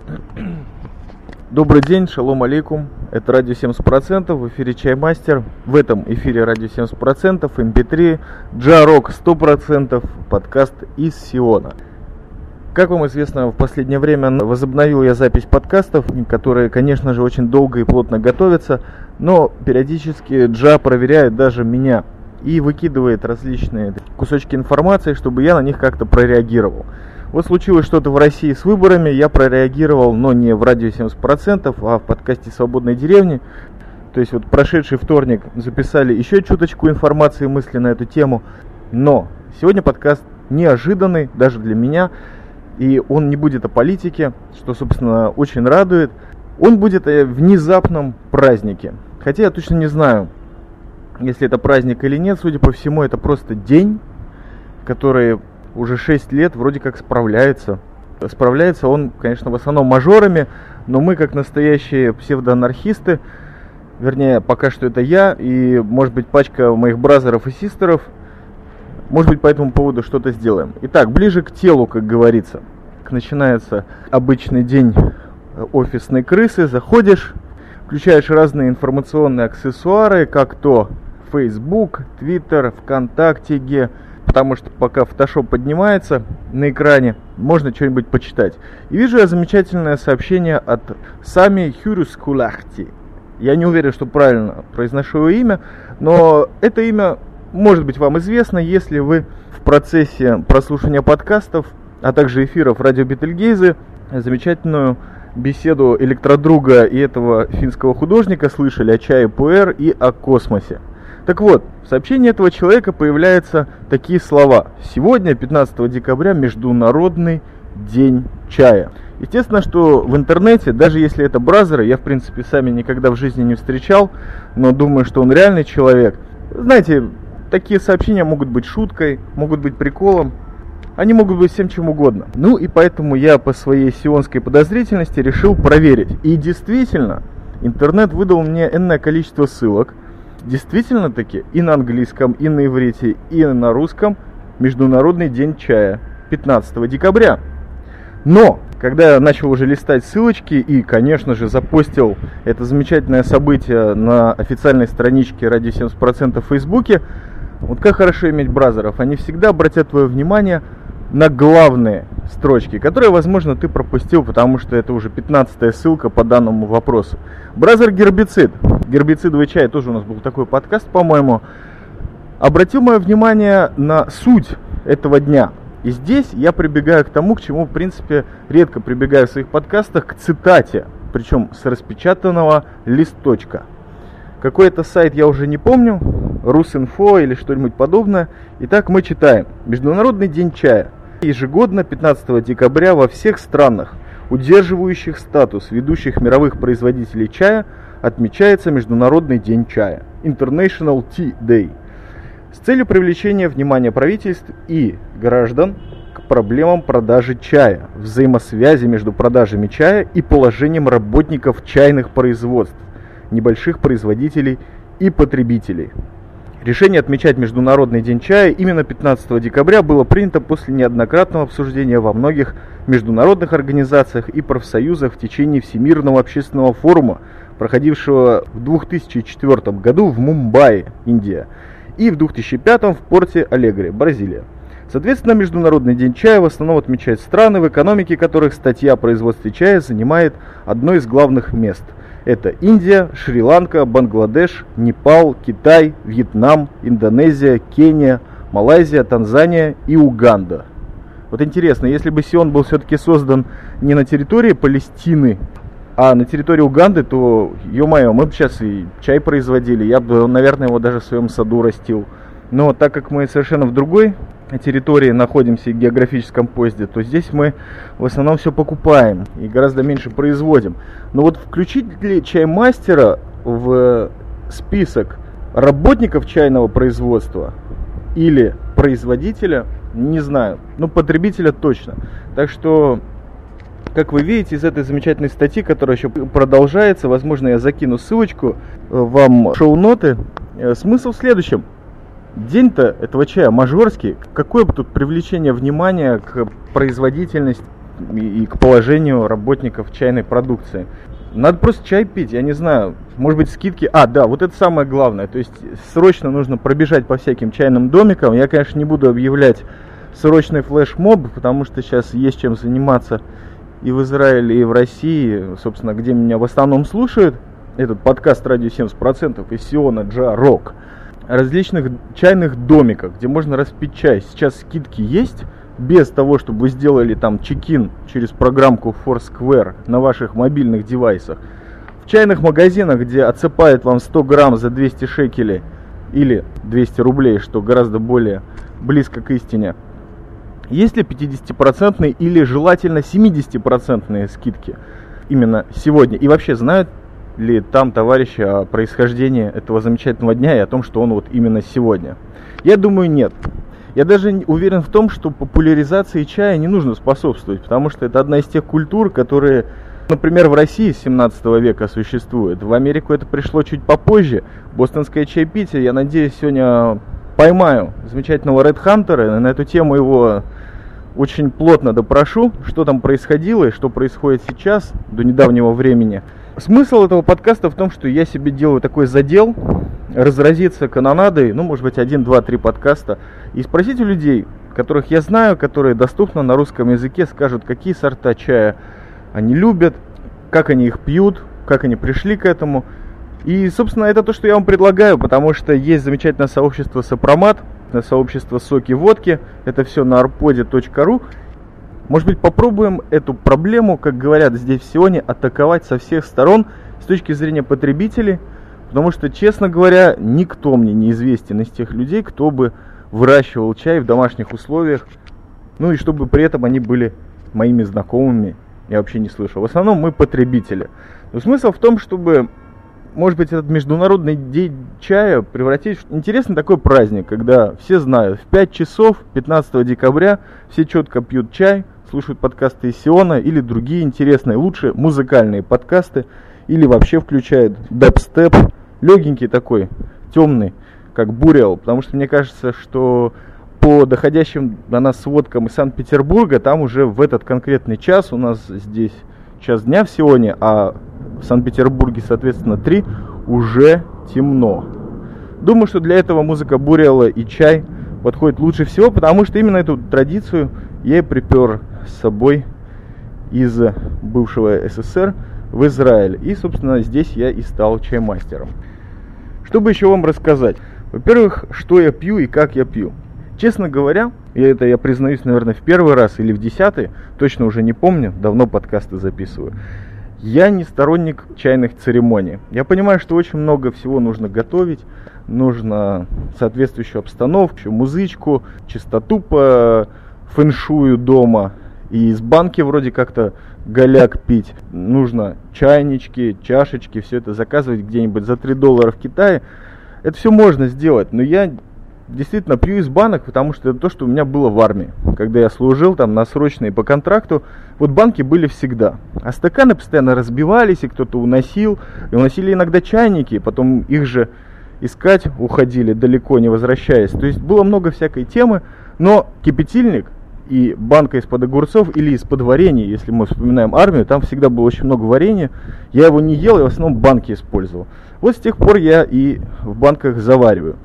Добрый день, шалом алейкум. Это радио 70%, в эфире Чаймастер. В этом эфире радио 70%, MP3, Джарок 100%, подкаст из Сиона. Как вам известно, в последнее время возобновил я запись подкастов, которые, конечно же, очень долго и плотно готовятся, но периодически Джа проверяет даже меня и выкидывает различные кусочки информации, чтобы я на них как-то прореагировал. Вот случилось что-то в России с выборами, я прореагировал, но не в радио 70%, а в подкасте «Свободной деревни». То есть вот прошедший вторник записали еще чуточку информации и мысли на эту тему. Но сегодня подкаст неожиданный даже для меня, и он не будет о политике, что, собственно, очень радует. Он будет о внезапном празднике. Хотя я точно не знаю, если это праздник или нет. Судя по всему, это просто день, который уже 6 лет вроде как справляется. Справляется он, конечно, в основном мажорами, но мы, как настоящие псевдоанархисты, вернее, пока что это я и, может быть, пачка моих бразеров и систеров, может быть, по этому поводу что-то сделаем. Итак, ближе к телу, как говорится. Начинается обычный день офисной крысы, заходишь, включаешь разные информационные аксессуары, как то Facebook, Twitter, ВКонтакте, потому что пока фотошоп поднимается на экране, можно что-нибудь почитать. И вижу я замечательное сообщение от Сами Хюрюскулахти. Я не уверен, что правильно произношу его имя, но это имя может быть вам известно, если вы в процессе прослушивания подкастов, а также эфиров радио Бетельгейзе, замечательную беседу электродруга и этого финского художника слышали о чае пуэр и о космосе. Так вот, в сообщении этого человека появляются такие слова. Сегодня, 15 декабря, Международный день чая. Естественно, что в интернете, даже если это бразеры, я в принципе Сами никогда в жизни не встречал, но думаю, что он реальный человек. Знаете, такие сообщения могут быть шуткой, могут быть приколом, они могут быть всем чем угодно. Ну и поэтому я по своей сионской подозрительности решил проверить. И действительно, интернет выдал мне энное количество ссылок. Действительно таки и на английском, и на иврите, и на русском Международный день чая 15 декабря. Но, когда я начал уже листать ссылочки и, конечно же, запостил это замечательное событие на официальной страничке радио 70% в Фейсбуке, вот как хорошо иметь бразеров, они всегда обратят твое внимание на главные строчки, которые, возможно, ты пропустил, потому что это уже 15-я ссылка по данному вопросу. Бразер гербицид. Гербицидовый чай, тоже у нас был такой подкаст, по-моему, обратил мое внимание на суть этого дня. И здесь я прибегаю к тому, к чему, в принципе, редко прибегаю в своих подкастах, к цитате, причем с распечатанного листочка. Какой это сайт, я уже не помню, Русинфо или что-нибудь подобное. Итак, мы читаем. Международный день чая. Ежегодно 15 декабря во всех странах, удерживающих статус ведущих мировых производителей чая, отмечается Международный день чая, International Tea Day, с целью привлечения внимания правительств и граждан к проблемам продажи чая, взаимосвязи между продажами чая и положением работников чайных производств, небольших производителей и потребителей. Решение отмечать Международный день чая именно 15 декабря было принято после неоднократного обсуждения во многих международных организациях и профсоюзах в течение Всемирного общественного форума, проходившего в 2004 году в Мумбаи, Индия, и в 2005 в порте Алегре, Бразилия. Соответственно, Международный день чая в основном отмечают страны, в экономике которых статья о производстве чая занимает одно из главных мест. Это Индия, Шри-Ланка, Бангладеш, Непал, Китай, Вьетнам, Индонезия, Кения, Малайзия, Танзания и Уганда. Вот интересно, если бы Сион был все-таки создан не на территории Палестины, а на территории Уганды, то, ё-моё, мы бы сейчас и чай производили, я бы, наверное, его даже в своем саду растил. Но так как мы совершенно в другой территории находимся в географическом поезде, то здесь мы в основном все покупаем и гораздо меньше производим. Но вот включить ли чаймастера в список работников чайного производства или производителя, не знаю, но потребителя точно. Так что, как вы видите из этой замечательной статьи, которая еще продолжается, возможно, я закину ссылочку вам в шоу-ноты, смысл в следующем. День-то этого чая мажорский. Какое бы тут привлечение внимания к производительности, и к положению работников чайной продукции. Надо просто чай пить, я не знаю, может быть скидки. Да, вот это самое главное. То есть срочно нужно пробежать по всяким чайным домикам. Я, конечно, не буду объявлять срочный флешмоб, потому что сейчас есть чем заниматься и в Израиле, и в России, собственно, где меня в основном слушают. Этот подкаст «Радио 70%» из Сиона Джа-Рок. Различных чайных домиках, где можно распить чай. Сейчас скидки есть. Без того, чтобы вы сделали там чек-ин через программку Foursquare на ваших мобильных девайсах. В чайных магазинах, где отсыпают вам 100 грамм за 200 шекелей или 200 рублей, что гораздо более близко к истине, есть ли 50% или желательно 70% скидки именно сегодня? И вообще знают ли там товарищи о происхождении этого замечательного дня и о том, что он вот именно сегодня? Я думаю, нет. Я даже уверен в том, что популяризации чая не нужно способствовать, потому что это одна из тех культур, которые, например, в России с 17 века существует. В Америку это пришло чуть попозже. Бостонское чаепитие, я надеюсь, сегодня поймаю замечательного Ред Хантера, и на эту тему его очень плотно допрошу, что там происходило и что происходит сейчас, до недавнего времени. Смысл этого подкаста в том, что я себе делаю такой задел, разразиться канонадой, может быть, 1, 2, 3 подкаста, и спросить у людей, которых я знаю, которые доступны на русском языке, скажут, какие сорта чая они любят, как они их пьют, как они пришли к этому. И, собственно, это то, что я вам предлагаю, потому что есть замечательное сообщество Сопромат, сообщество Соки Водки, это все на arpodi.ru. Может быть, попробуем эту проблему, как говорят здесь в Сионе, атаковать со всех сторон с точки зрения потребителей, потому что, честно говоря, никто мне не известен из тех людей, кто бы выращивал чай в домашних условиях, и чтобы при этом они были моими знакомыми, я вообще не слышал. В основном мы потребители. Но смысл в том, чтобы, может быть, этот международный день чая превратить в интересный такой праздник, когда все знают, в 5 часов 15 декабря все четко пьют чай, слушают подкасты из Сиона или другие интересные, лучше музыкальные подкасты, или вообще включают дабстеп, легенький такой, темный, как Burial, потому что мне кажется, что по доходящим до нас сводкам из Санкт-Петербурга, там уже в этот конкретный час, у нас здесь час дня в Сионе, а в Санкт-Петербурге, соответственно, 3, уже темно. Думаю, что для этого музыка Burial и чай подходит лучше всего, потому что именно эту традицию я и припер с собой из бывшего СССР в Израиль. И, собственно, здесь я и стал чаймастером. Что бы еще вам рассказать? Во-первых, что я пью и как я пью. Честно говоря, я признаюсь, наверное, в первый раз или в 10-й, точно уже не помню, давно подкасты записываю. Я не сторонник чайных церемоний. Я понимаю, что очень много всего нужно готовить, нужно соответствующую обстановку, музычку, чистоту по фэншую дома. И из банки вроде как-то голяк пить. Нужно чайнички, чашечки, все это заказывать где-нибудь за $3 в Китае. Это все можно сделать, но я действительно пью из банок, потому что это то, что у меня было в армии. Когда я служил там на срочной по контракту, вот банки были всегда. А стаканы постоянно разбивались, и кто-то уносил. И уносили иногда чайники, потом их же искать уходили далеко, не возвращаясь. То есть было много всякой темы, но кипятильник и банка из-под огурцов или из-под варенья, если мы вспоминаем армию, там всегда было очень много варенья. Я его не ел, я в основном банки использовал. Вот с тех пор я и в банках завариваю.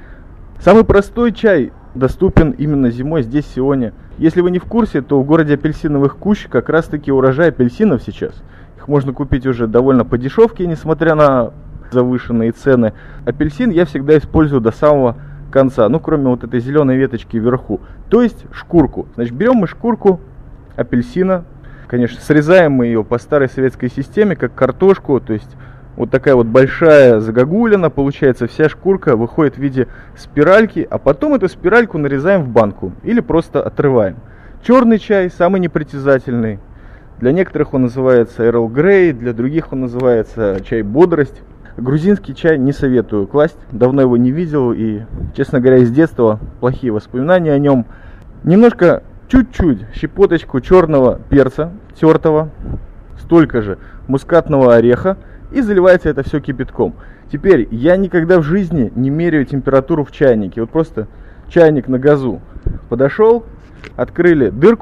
Самый простой чай доступен именно зимой здесь, в Сионе. Если вы не в курсе, то в городе апельсиновых кущ как раз таки урожай апельсинов сейчас. Их можно купить уже довольно по дешевке, несмотря на завышенные цены. Апельсин я всегда использую до самого конца, кроме вот этой зеленой веточки вверху. То есть шкурку. Значит, берем мы шкурку апельсина, конечно, срезаем мы ее по старой советской системе, как картошку, то есть вот такая вот большая загогулина, получается вся шкурка выходит в виде спиральки, а потом эту спиральку нарезаем в банку или просто отрываем. Черный чай самый непритязательный. Для некоторых он называется Эрл Грей, для других он называется чай бодрость. Грузинский чай не советую класть, давно его не видел и, честно говоря, из детства плохие воспоминания о нем. Немножко, чуть-чуть, щепоточку черного перца тертого, столько же мускатного ореха, и заливается это все кипятком. Теперь, я никогда в жизни не меряю температуру в чайнике. Вот просто чайник на газу. Подошел, открыли дырку,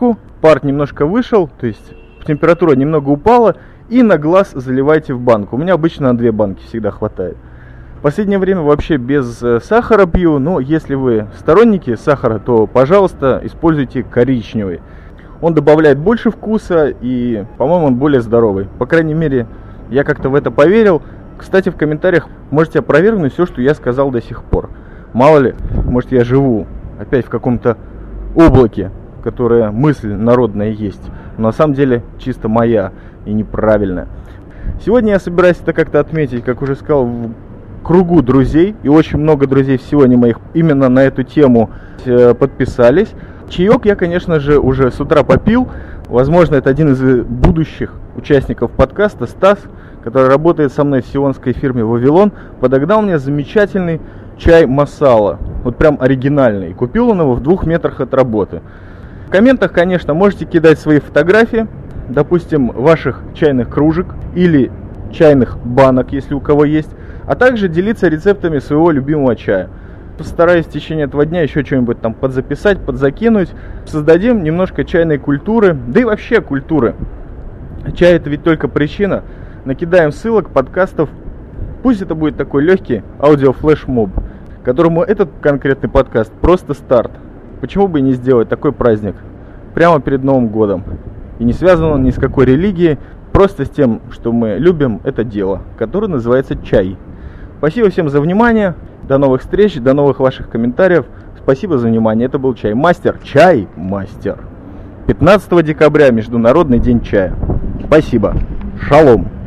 пар немножко вышел, то есть температура немного упала, и на глаз заливайте в банку. У меня обычно на 2 банки всегда хватает. В последнее время вообще без сахара пью, но если вы сторонники сахара, то, пожалуйста, используйте коричневый. Он добавляет больше вкуса и, по-моему, он более здоровый. По крайней мере, я как-то в это поверил. Кстати, в комментариях можете опровергнуть все, что я сказал до сих пор. Мало ли, может, я живу опять в каком-то облаке, которое мысль народная есть, но на самом деле чисто моя и неправильная. Сегодня я собираюсь это как-то отметить, как уже сказал, в кругу друзей, и очень много друзей сегодня моих именно на эту тему подписались. Чаек я, конечно же, уже с утра попил. Возможно, это один из будущих участников подкаста, Стас, который работает со мной в сионской фирме «Вавилон», подогнал мне замечательный чай масала. Вот прям оригинальный. Купил он его в 2 метрах от работы. В комментах, конечно, можете кидать свои фотографии, допустим, ваших чайных кружек или чайных банок, если у кого есть, а также делиться рецептами своего любимого чая. Постараюсь в течение этого дня еще что-нибудь там подзаписать, подзакинуть. Создадим немножко чайной культуры, да и вообще культуры. Чай — это ведь только причина. Накидаем ссылок, подкастов. Пусть это будет такой легкий аудиофлешмоб, которому этот конкретный подкаст просто старт. Почему бы и не сделать такой праздник прямо перед Новым годом? И не связан он ни с какой религией, просто с тем, что мы любим это дело, которое называется чай. Спасибо всем за внимание. До новых встреч, до новых ваших комментариев. Спасибо за внимание. Это был Чай Мастер. Чай Мастер. 15 декабря, Международный день чая. Спасибо. Шалом.